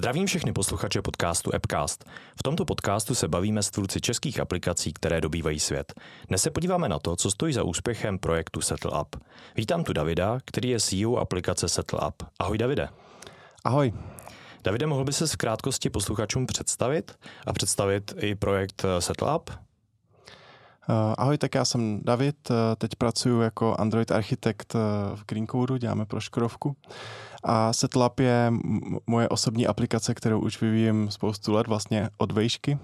Zdravím všechny posluchače podcastu Appcast. V tomto podcastu se bavíme s tvůrci českých aplikací, které dobývají svět. Dnes se podíváme na to, co stojí za úspěchem projektu SettleUp. Vítám tu Davida, který je CEO aplikace SettleUp. Ahoj Davide. Ahoj. Davide, mohl by se v krátkosti posluchačům představit a představit i projekt SettleUp? Ahoj, tak já jsem David, teď pracuji jako Android architekt v Greencodeu, děláme pro Škodovku. A SettleUp je moje osobní aplikace, kterou už vyvíjím spoustu let, vlastně od vejšky.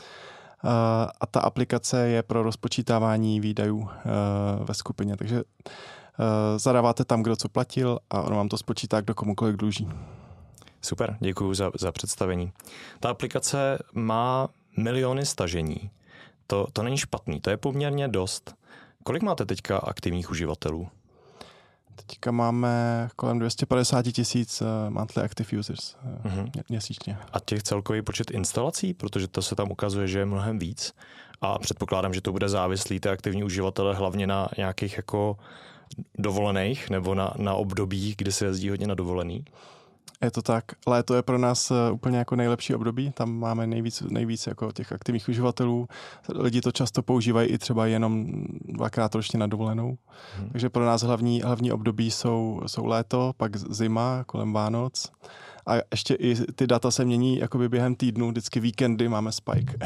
A ta aplikace je pro rozpočítávání výdajů ve skupině, takže zadáváte tam, kdo co platil a on vám to spočítá, kdo komukoliv dluží. Super, děkuji za představení. Ta aplikace má miliony stažení. To není špatný, to je poměrně dost. Kolik máte teďka aktivních uživatelů? Teďka máme kolem 250 000 monthly active users měsíčně. A těch celkový počet instalací, protože to se tam ukazuje, že je mnohem víc. A předpokládám, že to bude závislý ty aktivní uživatele hlavně na nějakých jako dovolených nebo na období, kdy se jezdí hodně na dovolený. Je to tak. Léto je pro nás úplně jako nejlepší období. Tam máme nejvíc jako těch aktivních uživatelů. Lidi to často používají i třeba jenom 2krát ročně na dovolenou. Takže pro nás hlavní období jsou léto, pak zima kolem Vánoc. A ještě i ty data se mění jakoby během týdnu. Vždycky víkendy máme spike.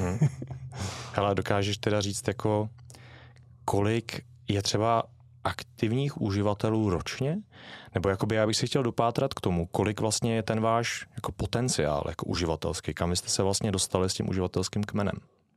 Hele, dokážeš teda říct jako kolik je třeba aktivních uživatelů ročně? Nebo jakoby já bych si chtěl dopátrat k tomu, kolik vlastně je ten váš jako potenciál jako uživatelský, kam jste se vlastně dostali s tím uživatelským kmenem?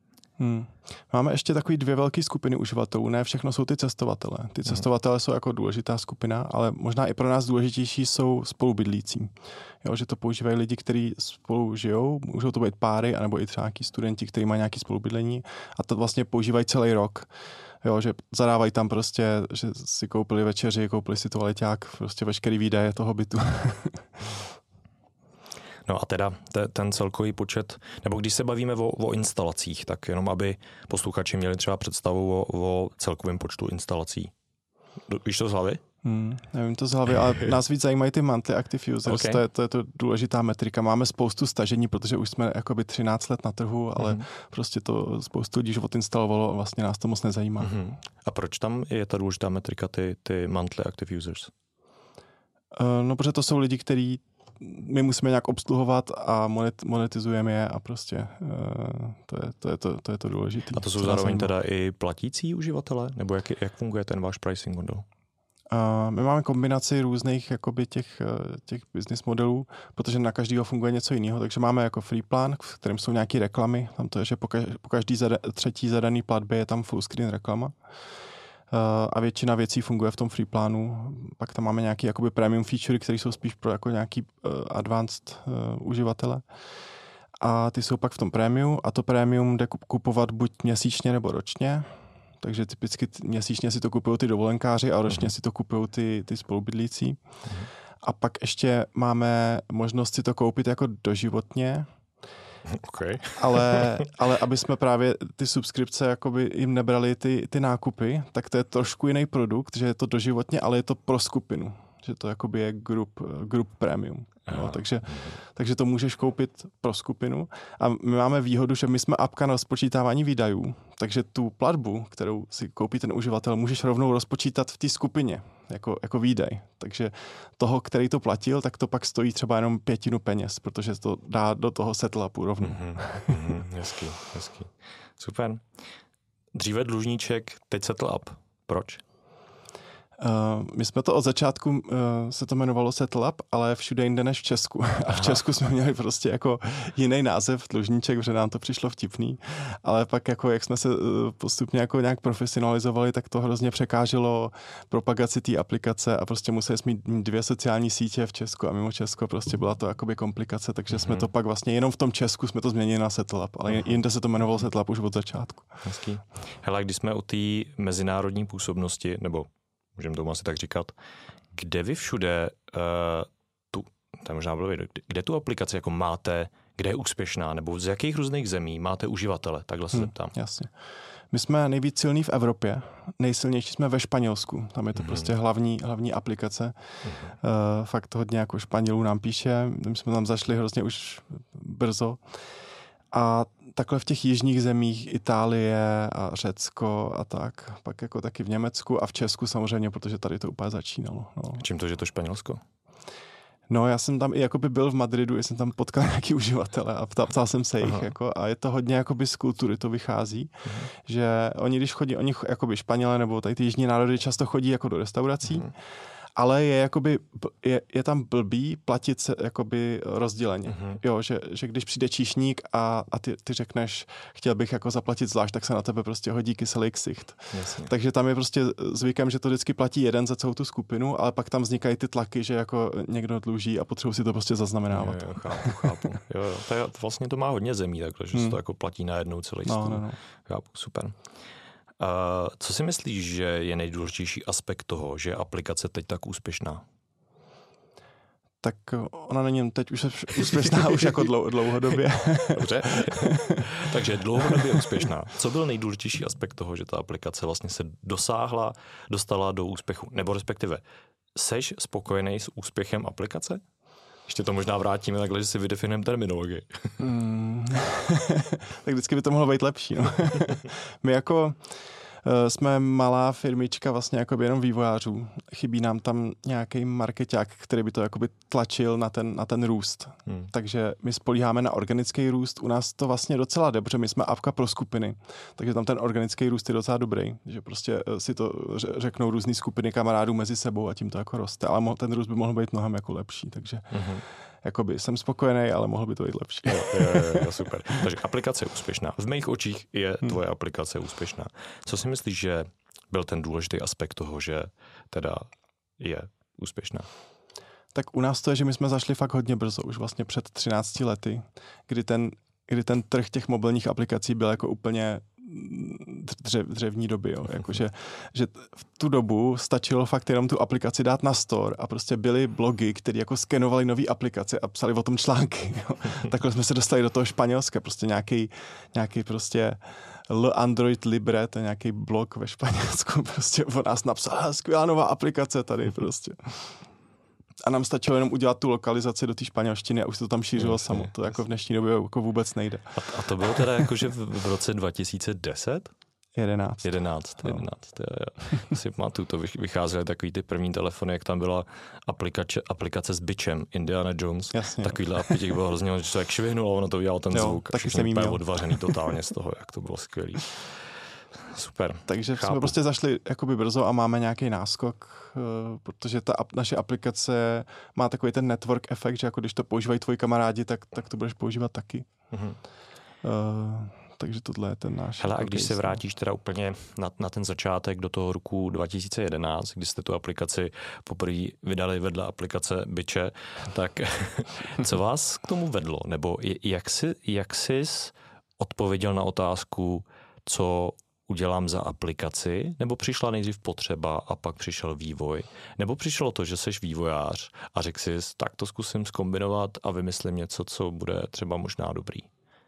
Máme ještě takový dvě velké skupiny uživatelů, ne všechno jsou ty cestovatelé. Ty cestovatelé jsou jako důležitá skupina, ale možná i pro nás důležitější jsou spolubydlící. Jo, že to používají lidi, kteří spolu žijou, můžou to být páry, anebo i třeba nějaký studenti, kteří mají nějaké spolubydlení a to vlastně používají celý rok. Jo, že zadávají tam prostě, že si koupili večeři, koupili si toaleťák, prostě veškerý výdaje toho bytu. No a teda ten celkový počet, nebo když se bavíme o instalacích, tak jenom aby posluchači měli třeba představu o celkovém počtu instalací. Víš to z hlavy? Nevím to z hlavy, ale nás víc zajímají ty monthly active users, Okay. to je to důležitá metrika. Máme spoustu stažení, protože už jsme jakoby 13 let na trhu, ale prostě to spoustu lidí odinstalovalo a vlastně nás to moc nezajímá. A proč tam je ta důležitá metrika ty monthly active users? No, protože to jsou lidi, který my musíme nějak obsluhovat a monetizujeme je a prostě to je to důležité. A to jsou zároveň teda i platící uživatelé? Nebo jak funguje ten váš pricing model? My máme kombinaci různých jakoby těch business modelů, protože na každého funguje něco jiného, takže máme jako free plán, v kterém jsou nějaké reklamy, tam to je, že po každý třetí zadaný platbě je tam full screen reklama. A většina věcí funguje v tom free plánu. Pak tam máme nějaké jakoby premium featurey, které jsou spíš pro jako nějaký advanced uživatele. A ty jsou pak v tom premium a to premium jde kupovat buď měsíčně nebo ročně. Takže typicky měsíčně si to kupují ty dovolenkáři a ročně si to kupují ty spolubydlící. A pak ještě máme možnost si to koupit jako doživotně. Okay. ale aby jsme právě ty subskripce jakoby jim nebrali ty nákupy, tak to je trošku jiný produkt, že je to doživotně, ale je to pro skupinu. Že to jakoby je group premium. No, takže to můžeš koupit pro skupinu. A my máme výhodu, že my jsme apka na rozpočítávání výdajů, takže tu platbu, kterou si koupí ten uživatel, můžeš rovnou rozpočítat v té skupině, jako výdaj. Takže toho, který to platil, tak to pak stojí třeba jenom 1/5 peněz, protože to dá do toho SettleUpu rovnou. Hezký. Super. Dříve dlužníček, teď SettleUp. Proč? My jsme to od začátku, se to jmenovalo SettleUp, ale všude jinde než v Česku. A v Česku jsme měli prostě jako jiný název dlužníček, protože nám to přišlo vtipný. Ale pak jako jak jsme se postupně jako nějak profesionalizovali, tak to hrozně překáželo propagaci té aplikace a prostě museli jsme mít 2 sociální sítě v Česku a mimo Česko prostě byla to jakoby komplikace, takže jsme to pak vlastně jenom v tom Česku jsme to změnili na SettleUp, ale jinde se to jmenovalo SettleUp už od začátku. Hezký. Hele, když jsme u té mezinárodní působnosti, nebo můžeme tomu asi tak říkat, kde vy všude to možná bylo vidět, kde tu aplikaci jako máte, kde je úspěšná, nebo z jakých různých zemí máte uživatele, takhle se zeptám. Jasně. My jsme nejvíc silní v Evropě, nejsilnější jsme ve Španělsku, tam je to prostě hlavní aplikace. Fakt hodně jako Španělů nám píše, my jsme tam zašli hrozně už brzo. A takhle v těch jižních zemích, Itálie a Řecko a tak, pak jako taky v Německu a v Česku samozřejmě, protože tady to úplně začínalo. No. Čím to, že to Španělsko? No, já jsem tam i jakoby byl v Madridu, jsem tam potkal nějaký uživatele a ptal jsem se jich, jako, a je to hodně jakoby z kultury to vychází, že oni, když chodí, oni jakoby Španělé nebo tady ty jižní národy často chodí jako do restaurací, ale je jakoby, je tam blbý platit se jakoby rozděleně. Jo, že když přijde číšník a ty řekneš, chtěl bych jako zaplatit zvlášť, tak se na tebe prostě hodí kyselý ksicht. Jasně. Takže tam je prostě zvykem, že to vždycky platí jeden za celou tu skupinu, ale pak tam vznikají ty tlaky, že jako někdo dluží a potřebuje si to prostě zaznamenávat. Jo, chápu. Jo, vlastně to má hodně zemí, takhle, že se to jako platí najednou celý stůl. No. Chápu, super. Co si myslíš, že je nejdůležitější aspekt toho, že je aplikace teď tak úspěšná? Tak ona není teď už úspěšná už jako dlouhodobě. Dobře. Takže dlouhodobě úspěšná. Co byl nejdůležitější aspekt toho, že ta aplikace vlastně se dostala do úspěchu? Nebo respektive, seš spokojený s úspěchem aplikace? Ještě to možná vrátíme takhle, že si vydefinujeme terminologii. Tak vždycky by to mohlo být lepší. No. My jako jsme malá firmička vlastně jako jenom vývojářů. Chybí nám tam nějaký markeťák, který by to jakoby tlačil na ten růst. Takže my spolíháme na organický růst. U nás to vlastně docela jde, protože my jsme appka pro skupiny. Takže tam ten organický růst je docela dobrý. Že prostě si to řeknou různý skupiny kamarádů mezi sebou a tím to jako roste. Ale ten růst by mohl být mnohem jako lepší. Takže jakoby jsem spokojený, ale mohl by to být lepší. Jo, super. Takže aplikace je úspěšná. V mých očích je tvoje aplikace úspěšná. Co si myslíš, že byl ten důležitý aspekt toho, že teda je úspěšná? Tak u nás to je, že my jsme zašli fakt hodně brzo, už vlastně před 13 lety, kdy ten trh těch mobilních aplikací byl jako úplně dřevní doby, jo. Jakože, že v tu dobu stačilo fakt jenom tu aplikaci dát na store a prostě byly blogy, které jako skenovali nové aplikace a psali o tom články. Jo. Takhle jsme se dostali do toho Španělska, prostě nějaký prostě Android Libre, to je nějaký blog ve Španělsku, prostě o nás napsal, skvělá nová aplikace tady prostě. A nám stačilo jenom udělat tu lokalizaci do té španělštiny a už se to tam šířilo samo. To jako v dnešní době jako vůbec nejde. A to bylo teda jakože v roce 2010? 11. 11. Si pamatuju, to vycházely takový ty první telefony, jak tam byla aplikace s bičem, Indiana Jones. Jasně, takovýhle apy, těch bylo hrozně, že to jak švihnul a ono to udělalo ten zvuk. Taky jsem jí měl. Odvařený totálně z toho, jak to bylo skvělý. Super. Takže jsme prostě zašli jakoby brzo a máme nějaký náskok, protože ta naše aplikace má takový ten network efekt, že jako když to používají tvoji kamarádi, tak to budeš používat taky. Takže tohle je ten náš. Hele, a když se vrátíš teda úplně na ten začátek do toho roku 2011, kdy jste tu aplikaci poprvé vydali vedle aplikace Biče, tak co vás k tomu vedlo? Nebo jak jsi odpověděl na otázku, co udělám za aplikaci, nebo přišla nejdřív potřeba a pak přišel vývoj, nebo přišlo to, že seš vývojář a řekl jsi, tak to zkusím zkombinovat a vymyslím něco, co bude třeba možná dobrý.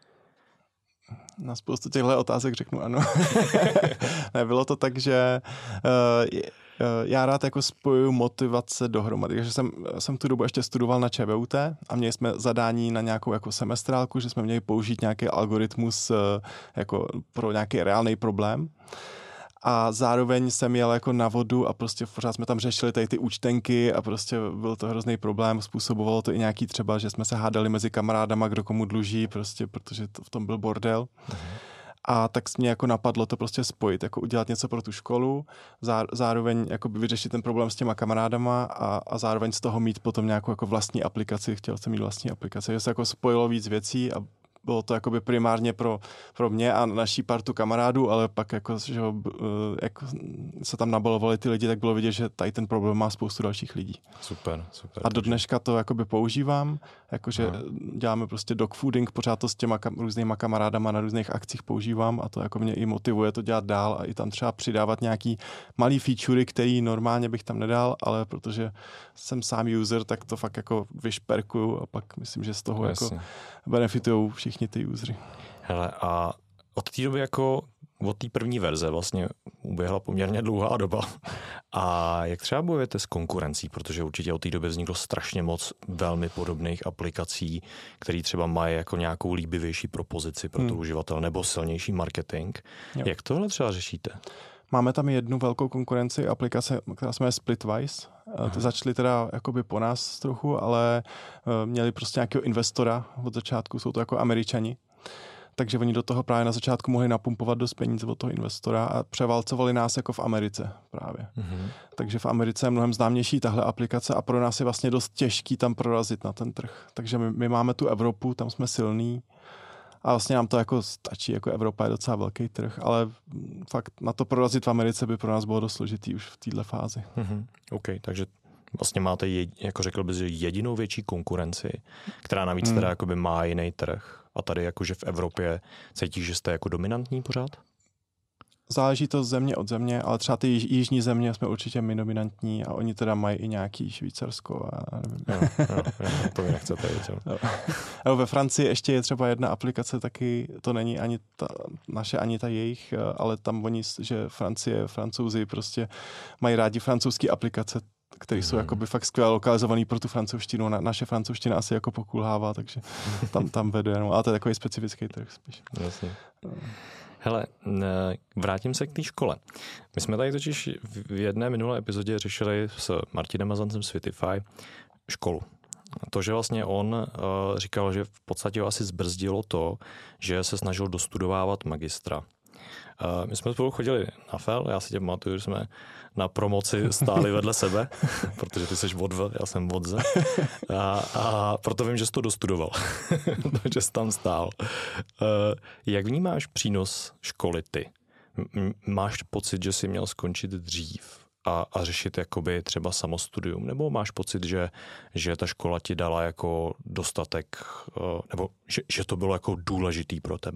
Na spoustu těchto otázek řeknu ano. Nebylo to tak, že já rád jako spojuju motivace dohromady. Takže jsem tu dobu ještě studoval na ČVUT a měli jsme zadání na nějakou jako semestrálku, že jsme měli použít nějaký algoritmus jako pro nějaký reálný problém. A zároveň jsem jel jako na vodu a prostě pořád jsme tam řešili tady ty účtenky a prostě byl to hrozný problém. Způsobovalo to i nějaký třeba, že jsme se hádali mezi kamarádama, kdo komu dluží, prostě, protože v tom byl bordel. A tak mě jako napadlo to prostě spojit, jako udělat něco pro tu školu, zároveň jako vyřešit ten problém s těma kamarádama a zároveň z toho mít potom nějakou jako vlastní aplikaci. Chtěl jsem mít vlastní aplikaci, že se jako spojilo víc věcí a bylo to jakoby primárně pro mě a naší partu kamarádů, ale pak jako, že jako se tam nabalovali ty lidi, tak bylo vidět, že tady ten problém má spoustu dalších lidí. Super. A do dneška to jakoby používám, jakože děláme prostě dogfooding, pořád to s těma různýma kamarádama na různých akcích používám a to jako mě i motivuje to dělat dál a i tam třeba přidávat nějaký malý featurey, který normálně bych tam nedal, ale protože jsem sám user, tak to fakt jako vyšperkuju a pak myslím, že z toho jako benefitujou všichni ty usery. Hele, a od té doby jako od té první verze vlastně uběhla poměrně dlouhá doba. A jak třeba bojujete s konkurencí, protože určitě od té doby vzniklo strašně moc velmi podobných aplikací, které třeba mají jako nějakou líbivější propozici pro toho uživatel nebo silnější marketing. Jo. Jak tohle třeba řešíte? Máme tam jednu velkou konkurenci, aplikace, která se jmenuje Splitwise. Ty začaly teda jakoby po nás trochu, ale měli prostě nějakého investora od začátku, jsou to jako Američani. Takže oni do toho právě na začátku mohli napumpovat dost peníze od toho investora a převálcovali nás jako v Americe právě. Takže v Americe je mnohem známější tahle aplikace a pro nás je vlastně dost těžký tam prorazit na ten trh. Takže my máme tu Evropu, tam jsme silní a vlastně nám to jako stačí, jako Evropa je docela velký trh, ale fakt na to prorazit v Americe by pro nás bylo dost složitý už v této fázi. OK, takže vlastně máte, jako řekl bys, jedinou větší konkurenci, která navíc teda jakoby má jiný trh. A tady jakože v Evropě cítíš, že jste jako dominantní pořád? Záleží to země od země, ale třeba ty jižní země jsme určitě my dominantní a oni teda mají i nějaký Švýcarsko a nevím. Jo, to mi nechcete vědět. Jo. Ve Francii ještě je třeba jedna aplikace, taky to není ani ta naše, ani ta jejich, ale tam oni, že Francouzi prostě mají rádi francouzské aplikace, které jsou jakoby fakt skvěle lokalizovaný pro tu francouzštinu. Naše francouzština asi jako pokulhává, takže tam vede, no, ale to je takový specifický trh spíš. Jasně. Hele, vrátím se k té škole. My jsme tady totiž v jedné minulé epizodě řešili s Martinem Mazancem z Fitify školu. To, že vlastně on říkal, že v podstatě ho asi zbrzdilo to, že se snažil dostudovávat magistra. My jsme spolu chodili na FEL, já si tě pamatuju, že jsme na promoci stáli vedle sebe, protože ty jsi vodv, já jsem vodze. A proto vím, že jsi to dostudoval, že jsi tam stál. Jak vnímáš přínos školy ty? Máš pocit, že jsi měl skončit dřív a řešit jakoby třeba samostudium? Nebo máš pocit, že ta škola ti dala jako dostatek, nebo že to bylo jako důležitý pro tebe?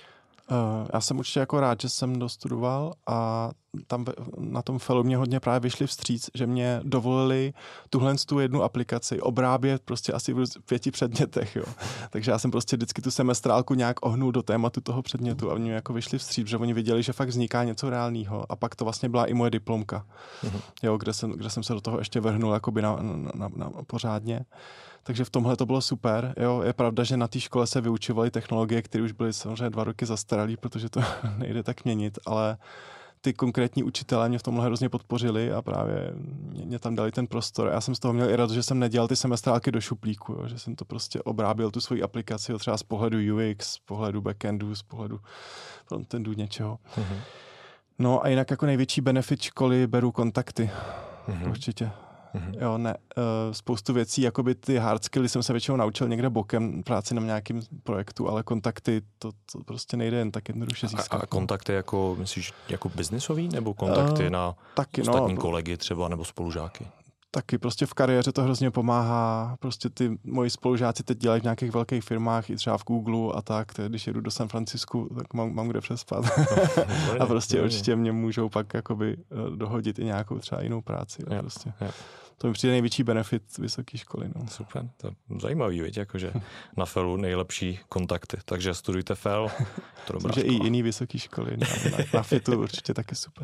Já jsem určitě jako rád, že jsem dostudoval a tam na tom FELu mě hodně právě vyšli vstříc, že mě dovolili tuhle tu jednu aplikaci obrábět prostě asi v 5 předmětech, jo. Takže já jsem prostě vždycky tu semestrálku nějak ohnul do tématu toho předmětu a oni mě jako vyšli vstříc, že oni viděli, že fakt vzniká něco reálného a pak to vlastně byla i moje diplomka, jo, kde jsem se do toho ještě vrhnul jakoby na pořádně. Takže v tomhle to bylo super. Jo, je pravda, že na té škole se vyučovaly technologie, které už byly samozřejmě 2 roky zastaralý, protože to nejde tak měnit, ale ty konkrétní učitelé mě v tomhle hrozně podpořili a právě mě tam dali ten prostor. Já jsem z toho měl i radost, že jsem nedělal ty semestrálky do šuplíku, jo, že jsem to prostě obrábil tu svoji aplikaci, jo, třeba z pohledu UX, z pohledu backendu, z pohledu frontendu něčeho. No a jinak jako největší benefit školy beru kontakty. Určitě. Jo, ne, spoustu věcí, jakoby ty hard skilly jsem se většinou naučil někde bokem, práci na nějakém projektu, ale kontakty, to prostě nejde jen tak jednoduše získat. A kontakty jako, myslíš, jako biznisový, nebo kontakty na taky, ostatní kolegy třeba, nebo spolužáky? Taky prostě v kariéře to hrozně pomáhá, prostě ty moji spolužáci teď dělají v nějakých velkých firmách, i třeba v Google a tak, když jedu do San Francisku, tak mám kde přespat. A prostě určitě mě můžou pak jakoby dohodit i nějakou třeba jinou práci. Jo, prostě. To mi přijde největší benefit vysoké školy. No. Super, to je zajímavý, viď? Jakože na FELu nejlepší kontakty, takže studujte FEL, to dobrá škola. I jiný vysoké školy, na FITu určitě taky super.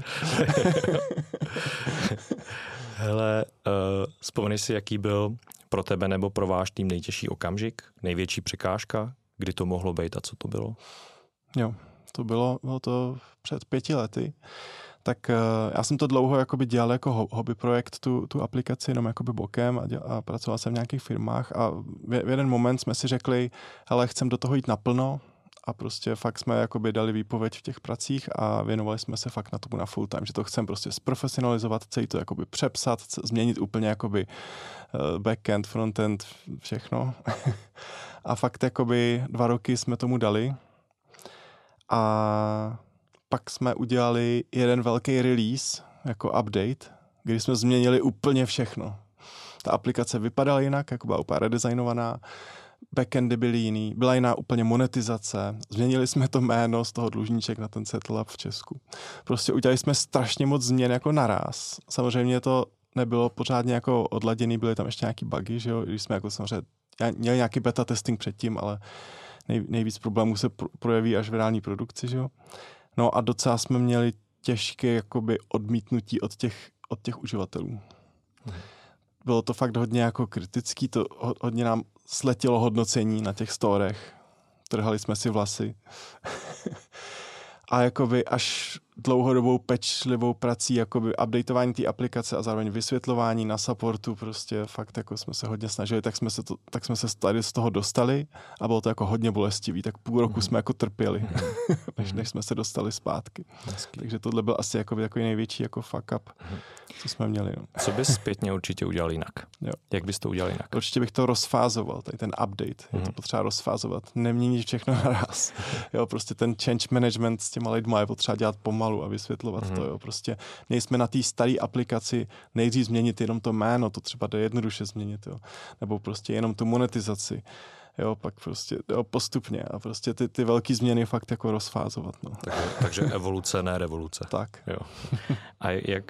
Hele, vzpomeneš si, jaký byl pro tebe nebo pro váš tým nejtěžší okamžik, největší překážka, kdy to mohlo být a co to bylo? Jo, bylo to před 5 lety. Tak já jsem to dlouho jakoby dělal jako hobby projekt, tu aplikaci jenom jakoby bokem a pracoval jsem v nějakých firmách a v jeden moment jsme si řekli, hele, chcem do toho jít naplno a prostě fakt jsme jakoby dali výpověď v těch pracích a věnovali jsme se fakt na tomu na full time, že to chcem prostě zprofesionalizovat, celý to jakoby přepsat, změnit úplně jakoby backend, frontend, všechno. A fakt jakoby 2 roky jsme tomu dali a pak jsme udělali jeden velký release, jako update, kdy jsme změnili úplně všechno. Ta aplikace vypadala jinak, jako byla úplně redesignovaná, backendy byly jiný, byla jiná úplně monetizace, změnili jsme to jméno z toho dlužníček na ten Settleup v Česku. Prostě udělali jsme strašně moc změn jako naraz. Samozřejmě to nebylo pořádně jako odladěný, byly tam ještě nějaký bugy, že jo, když jsme jako samozřejmě měli nějaký beta testing předtím, ale nejvíc problémů se projeví až v reální produkci, že jo. No a docela jsme měli těžké jakoby odmítnutí od těch uživatelů. Bylo to fakt hodně jako kritický, hodně nám sletělo hodnocení na těch storech. Trhali jsme si vlasy. A jakoby až dlouhodobou pečlivou prací, jakoby updateování té aplikace a zároveň vysvětlování na supportu, prostě fakt jako jsme se hodně snažili, tak jsme se tady z toho dostali a bylo to jako hodně bolestivý, tak půl roku jsme jako trpěli, než jsme se dostali zpátky. Takže tohle byl asi jakoby takový největší jako fuck up, co jsme měli. No. Co bys zpětně určitě udělal jinak? Jo. Jak bys to udělal jinak? Určitě bych to rozfázoval, tady ten update, je to potřeba rozfázovat, neměnit všechno naraz. Jo, prostě ten change management s těma lidma je potřeba dělat pomalu a vysvětlovat to, jo. Prostě nejsme na té staré aplikaci nejdřív změnit jenom to jméno, to třeba jde jednoduše změnit, jo. Nebo prostě jenom tu monetizaci. Jo, pak prostě postupně a prostě ty velké změny fakt jako rozfázovat. No. Takže evoluce, ne revoluce. Tak. Jo. A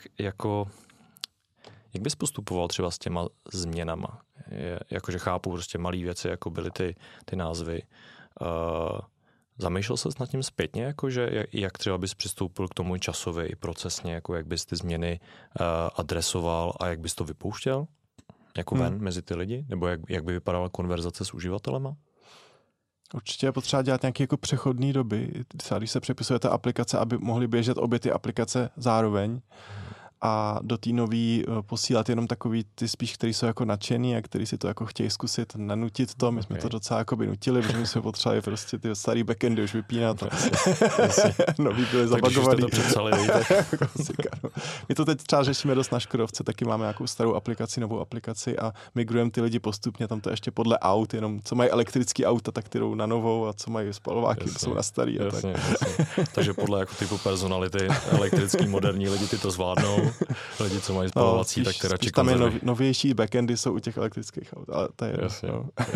jak bys postupoval třeba s těma změnama? Jakože chápu prostě malé věci, jako byly ty názvy. Zamýšlel ses nad tím zpětně, jakože jak třeba bys přistoupil k tomu časově i procesně, jako jak bys ty změny adresoval a jak bys to vypouštěl? Jako ven mezi ty lidi? Nebo jak by vypadala konverzace s uživatelema? Určitě je potřeba dělat nějaké jako přechodné doby. Když se přepisuje ta aplikace, aby mohly běžet obě ty aplikace zároveň a do té nový posílat jenom takový ty spíš, který jsou jako nadšený a který si to jako chtějí zkusit, nanutit to. My jsme to docela jako by nutili, protože my jsme potřebovali prostě ty starý backendy už vypínat. Nový byli zabagovaný. Tak když jste to přepsali, My to teď třeba řešíme dost na Škodovce, taky máme nějakou starou aplikaci, novou aplikaci a migrujeme ty lidi postupně, tam to ještě podle aut, jenom co mají elektrický auta, tak ty jdou na novou a co mají spalováky, to jsou na starý. Jasně. Takže podle jako typu personality elektrický moderní lidi ty to zvládnou. Lidi, co mají spalovací, tak ty radši tam je novější backendy jsou u těch elektrických aut, ale to je jasně.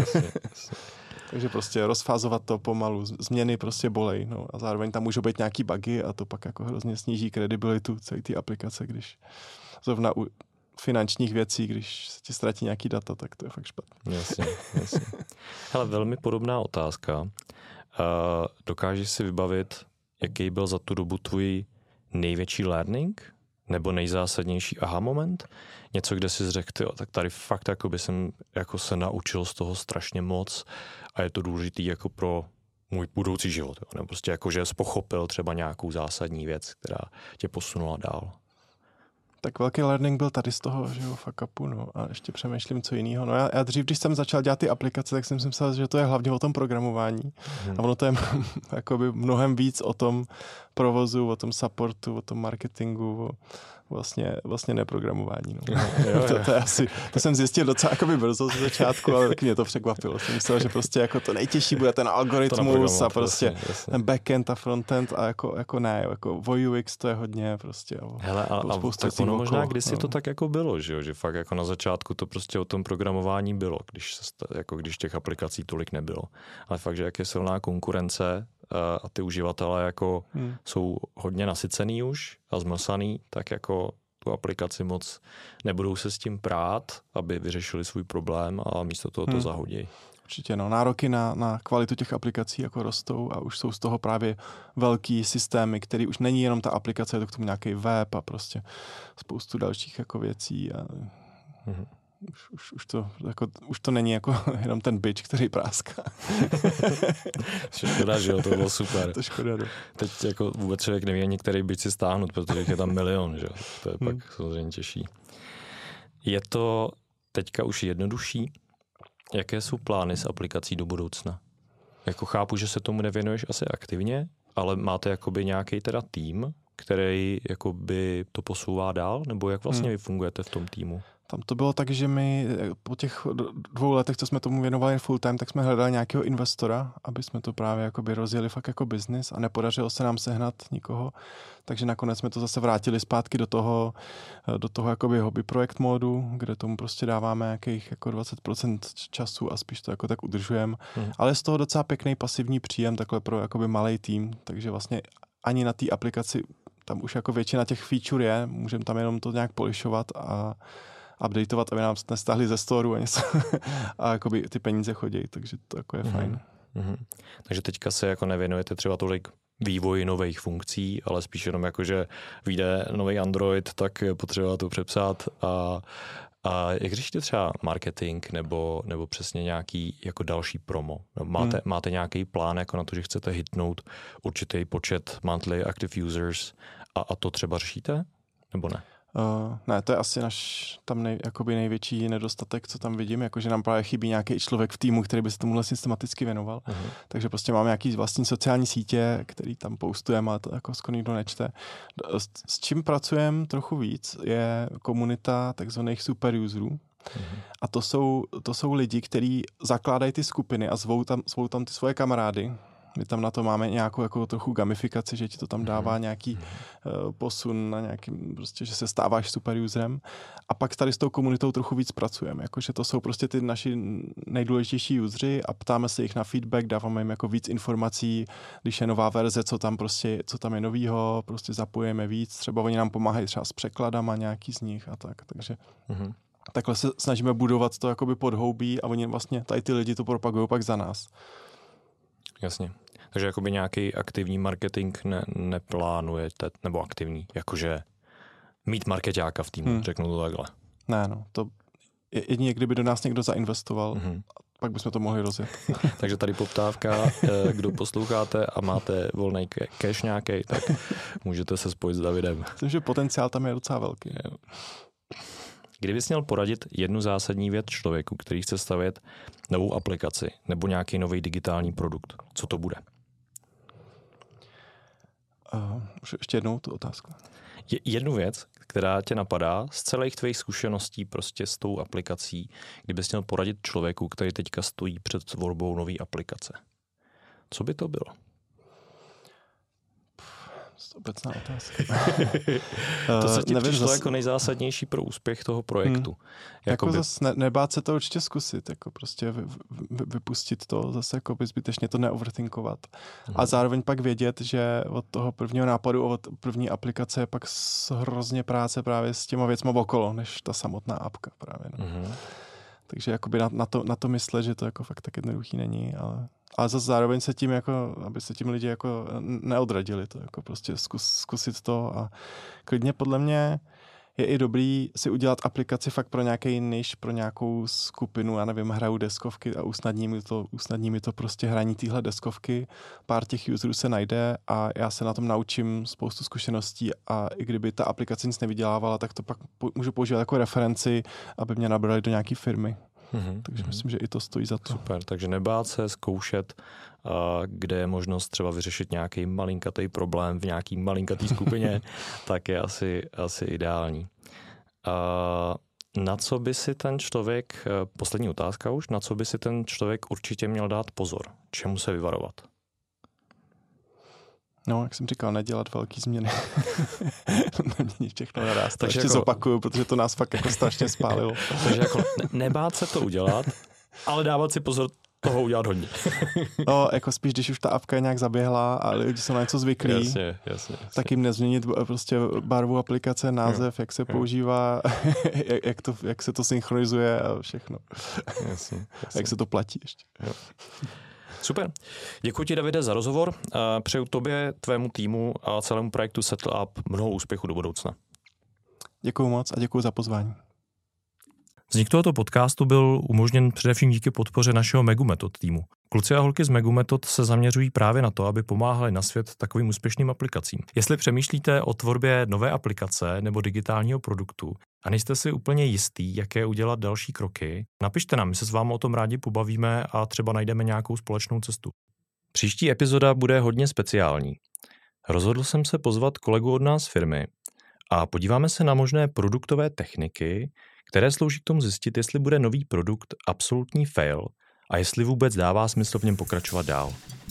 Takže prostě rozfázovat to pomalu, změny prostě bolej, no. A zároveň tam můžou být nějaký bugy a to pak jako hrozně sníží kredibilitu celé té aplikace, když zrovna u finančních věcí, když se ti ztratí nějaký data, tak to je fakt špatně. Jasně. Hele, velmi podobná otázka. Dokážeš si vybavit, jaký byl za tu dobu tvůj největší learning? Nebo nejzásadnější aha moment? Něco, kde jsi řekl, tak tady fakt jsem se naučil z toho strašně moc a je to důležitý jako pro můj budoucí život. Jo? Nebo prostě jako, že jsi pochopil třeba nějakou zásadní věc, která tě posunula dál. Tak velký learning byl tady z toho, že jo, fuck upu, no. A ještě přemýšlím, co jiného. No já dřív, když jsem začal dělat ty aplikace, tak jsem si myslel, že to je hlavně o tom programování. A ono to je jakoby mnohem víc o tom provozu, o tom supportu, o tom marketingu, o vlastně neprogramování. No. To jsem zjistil docela jakoby brzo z začátku, ale taky mě to překvapilo. Jsem myslel, že prostě jako to nejtěžší bude ten algoritmus a prostě ten backend a frontend a jako ne, jako o UX to je hodně prostě. Hele, a tak ono možná kdysi to tak jako bylo, že fakt jako na začátku to prostě o tom programování bylo, když těch aplikací tolik nebylo. Ale fakt, že jak je silná konkurence a ty uživatelé jako jsou hodně nasycený už a zmlsaný, tak jako tu aplikaci moc nebudou se s tím prát, aby vyřešili svůj problém a místo toho to zahodí. Určitě, no. Nároky na kvalitu těch aplikací jako rostou a už jsou z toho právě velký systémy, který už není jenom ta aplikace, je to k tomu nějaký web a prostě spoustu dalších jako věcí a Už to není jako jenom ten bič, který práská. Škoda, že jo, to bylo super. To škoda, no. Teď jako vůbec člověk neví ani který bič si stáhnout, protože je tam milion, že jo. To je pak samozřejmě těžší. Je to teďka už jednodušší? Jaké jsou plány s aplikací do budoucna? Jako chápu, že se tomu nevěnuješ asi aktivně, ale máte jakoby nějaký teda tým, který jakoby to posouvá dál? Nebo jak vlastně vy fungujete v tom týmu? Tam to bylo tak, že my po těch 2 letech, co jsme tomu věnovali full time, tak jsme hledali nějakého investora, aby jsme to právě jakoby rozjeli fakt jako business a nepodařilo se nám sehnat nikoho. Takže nakonec jsme to zase vrátili zpátky do toho jakoby hobby projekt módu, kde tomu prostě dáváme nějakých jako 20% času a spíš to jako tak udržujeme. Ale z toho docela pěkný pasivní příjem takhle pro jakoby malej tým, takže vlastně ani na té aplikaci tam už jako většina těch feature je, můžeme tam jenom to nějak polišovat a updateovat, aby nám nestáhli ze storu a něco. A jakoby ty peníze chodí, takže to jako je fajn. Takže teďka se jako nevěnujete třeba tolik vývoj nových funkcí, ale spíš jenom jako, že vyjde nový Android, tak potřeba to přepsat a jak řešíte třeba marketing nebo přesně nějaký jako další promo? Máte nějaký plán jako na to, že chcete hitnout určitý počet monthly active users a to třeba řešíte? Nebo ne? Ne, to je asi náš tam největší nedostatek, co tam vidím, jakože nám právě chybí nějaký člověk v týmu, který by se tomuhle systematicky věnoval. Takže prostě máme nějaký vlastní sociální sítě, který tam postujeme, ale to jako skoro nikdo nečte. S čím pracujeme trochu víc, je komunita takzvaných super userů. A to jsou lidi, kteří zakládají ty skupiny a zvou tam ty svoje kamarády. My tam na to máme nějakou jako trochu gamifikaci, že ti to tam dává nějaký posun na nějakým, prostě, že se stáváš super userem. A pak tady s tou komunitou trochu víc pracujeme. Jakože to jsou prostě ty naši nejdůležitější useři a ptáme se jich na feedback, dáváme jim jako víc informací, když je nová verze, co tam je novýho, prostě zapojíme víc. Třeba oni nám pomáhají třeba s překladama nějaký z nich a tak. Takže takhle se snažíme budovat to jakoby podhoubí a oni vlastně tady ty lidi to propagují pak za nás. Jasně. Takže jakoby nějaký aktivní marketing neplánujete, nebo aktivní, jakože mít markeťáka v týmu, řeknu to takhle. Ne, no, to jedině, kdyby do nás někdo zainvestoval, pak bychom to mohli rozjet. Takže tady poptávka, kdo posloucháte a máte volný cash nějaký, tak můžete se spojit s Davidem. Myslím, že potenciál tam je docela velký. Kdybys měl poradit jednu zásadní věc člověku, který chce stavět novou aplikaci nebo nějaký nový digitální produkt, co to bude? Ještě jednou tu otázku. Jednu věc, která tě napadá z celých tvých zkušeností prostě s tou aplikací, kdybys měl poradit člověku, který teďka stojí před tvorbou nové aplikace. Co by to bylo? Obecná otázka. To se ti přišlo jako nejzásadnější pro úspěch toho projektu. Jako zase nebát se to určitě zkusit, jako prostě vypustit to, zase jako by zbytečně to neoverthinkovat. A zároveň pak vědět, že od toho prvního nápadu, od první aplikace je pak hrozně práce právě s těma věcma okolo, než ta samotná apka právě. No. Takže jakoby na to myslet, že to jako fakt tak jednoduchý není, ale zase zároveň se tím jako, aby se tím lidi jako neodradili, to jako prostě zkusit to a klidně podle mě je i dobrý si udělat aplikaci fakt pro nějaký niž, pro nějakou skupinu, já nevím, hraju deskovky a usnadní mi to prostě hraní téhle deskovky, pár těch userů se najde a já se na tom naučím spoustu zkušeností a i kdyby ta aplikace nic nevydělávala, tak to pak můžu používat jako referenci, aby mě nabrali do nějaký firmy. Takže myslím, že i to stojí za to. Super, takže nebát se zkoušet, kde je možnost třeba vyřešit nějaký malinkatý problém v nějaký malinkatý skupině, tak je asi ideální. Na co by si ten člověk, poslední otázka už, na co by si ten člověk určitě měl dát pozor? Čemu se vyvarovat? No, jak jsem říkal, nedělat velký změny. Neměnit všechno naraz. To ještě jako zopakuju, protože to nás fakt jako strašně spálilo. Takže jako nebát se to udělat, ale dávat si pozor toho udělat hodně. No, jako spíš, když už ta apka je nějak zaběhla a lidi jsou na něco zvyklí, jasně. Tak jim nezměnit prostě barvu aplikace, název, jak se používá, jak se to synchronizuje a všechno. Jasně. Jak se to platí ještě. Jo. Super. Děkuji ti, Davide, za rozhovor. Přeju tobě, tvému týmu a celému projektu Settle Up mnoho úspěchu do budoucna. Děkuji moc a děkuji za pozvání. Vznik tohoto podcastu byl umožněn především díky podpoře našeho Megumetod týmu. Kluci a holky z Megumetod se zaměřují právě na to, aby pomáhali na svět takovým úspěšným aplikacím. Jestli přemýšlíte o tvorbě nové aplikace nebo digitálního produktu a nejste si úplně jistý, jaké udělat další kroky, napište nám, my se s vámi o tom rádi pobavíme a třeba najdeme nějakou společnou cestu. Příští epizoda bude hodně speciální. Rozhodl jsem se pozvat kolegu od nás z firmy a podíváme se na možné produktové techniky, které slouží k tomu zjistit, jestli bude nový produkt absolutní fail a jestli vůbec dává smysl v něm pokračovat dál.